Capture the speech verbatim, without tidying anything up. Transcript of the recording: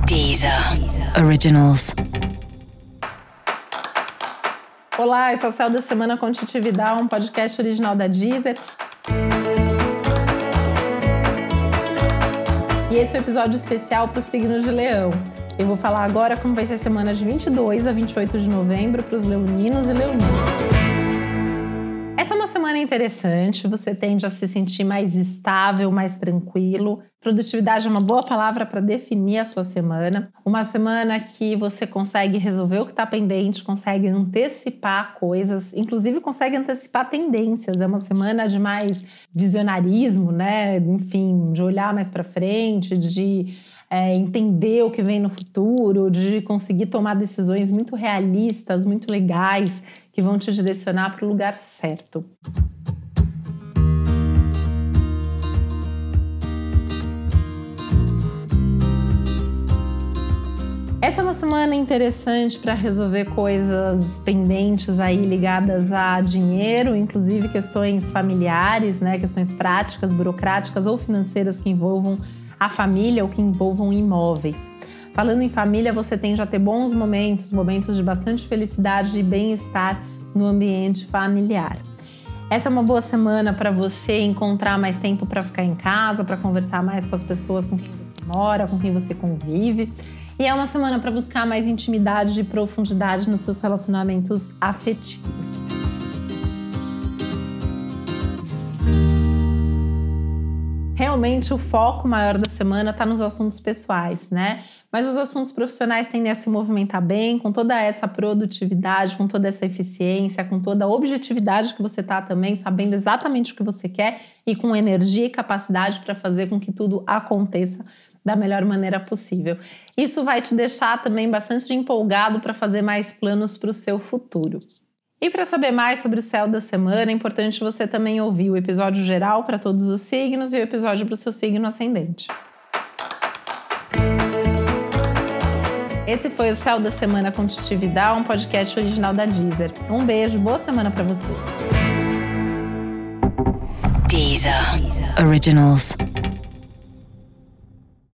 Deezer Originals. Olá, esse é o Céu da Semana com Titi Vidal, um podcast original da Deezer. E esse é o um episódio especial para o signo de Leão. Eu vou falar agora como vai ser a semana de vinte e dois a vinte e oito de novembro para os leoninos e leoninas. Essa é uma semana interessante, você tende a se sentir mais estável, mais tranquilo. Produtividade é uma boa palavra para definir a sua semana. Uma semana que você consegue resolver o que está pendente, consegue antecipar coisas, inclusive consegue antecipar tendências. É uma semana de mais visionarismo, né? Enfim, de olhar mais para frente, de é, entender o que vem no futuro, de conseguir tomar decisões muito realistas, muito legais, que vão te direcionar para o lugar certo. Essa é uma semana interessante para resolver coisas pendentes aí ligadas a dinheiro, inclusive questões familiares, né, questões práticas, burocráticas ou financeiras que envolvam a família ou que envolvam imóveis. Falando em família, você tende a ter bons momentos, momentos de bastante felicidade e bem-estar no ambiente familiar. Essa é uma boa semana para você encontrar mais tempo para ficar em casa, para conversar mais com as pessoas com quem você mora, com quem você convive. E é uma semana para buscar mais intimidade e profundidade nos seus relacionamentos afetivos. Realmente o foco maior da semana está nos assuntos pessoais, né? Mas os assuntos profissionais tendem a se movimentar bem, com toda essa produtividade, com toda essa eficiência, com toda a objetividade que você está também, sabendo exatamente o que você quer e com energia e capacidade para fazer com que tudo aconteça da melhor maneira possível. Isso vai te deixar também bastante empolgado para fazer mais planos para o seu futuro. E para saber mais sobre o céu da semana, é importante você também ouvir o episódio geral para todos os signos e o episódio para o seu signo ascendente. Esse foi o Céu da Semana com Titi Vidal, um podcast original da Deezer. Um beijo, boa semana para você. Deezer Originals.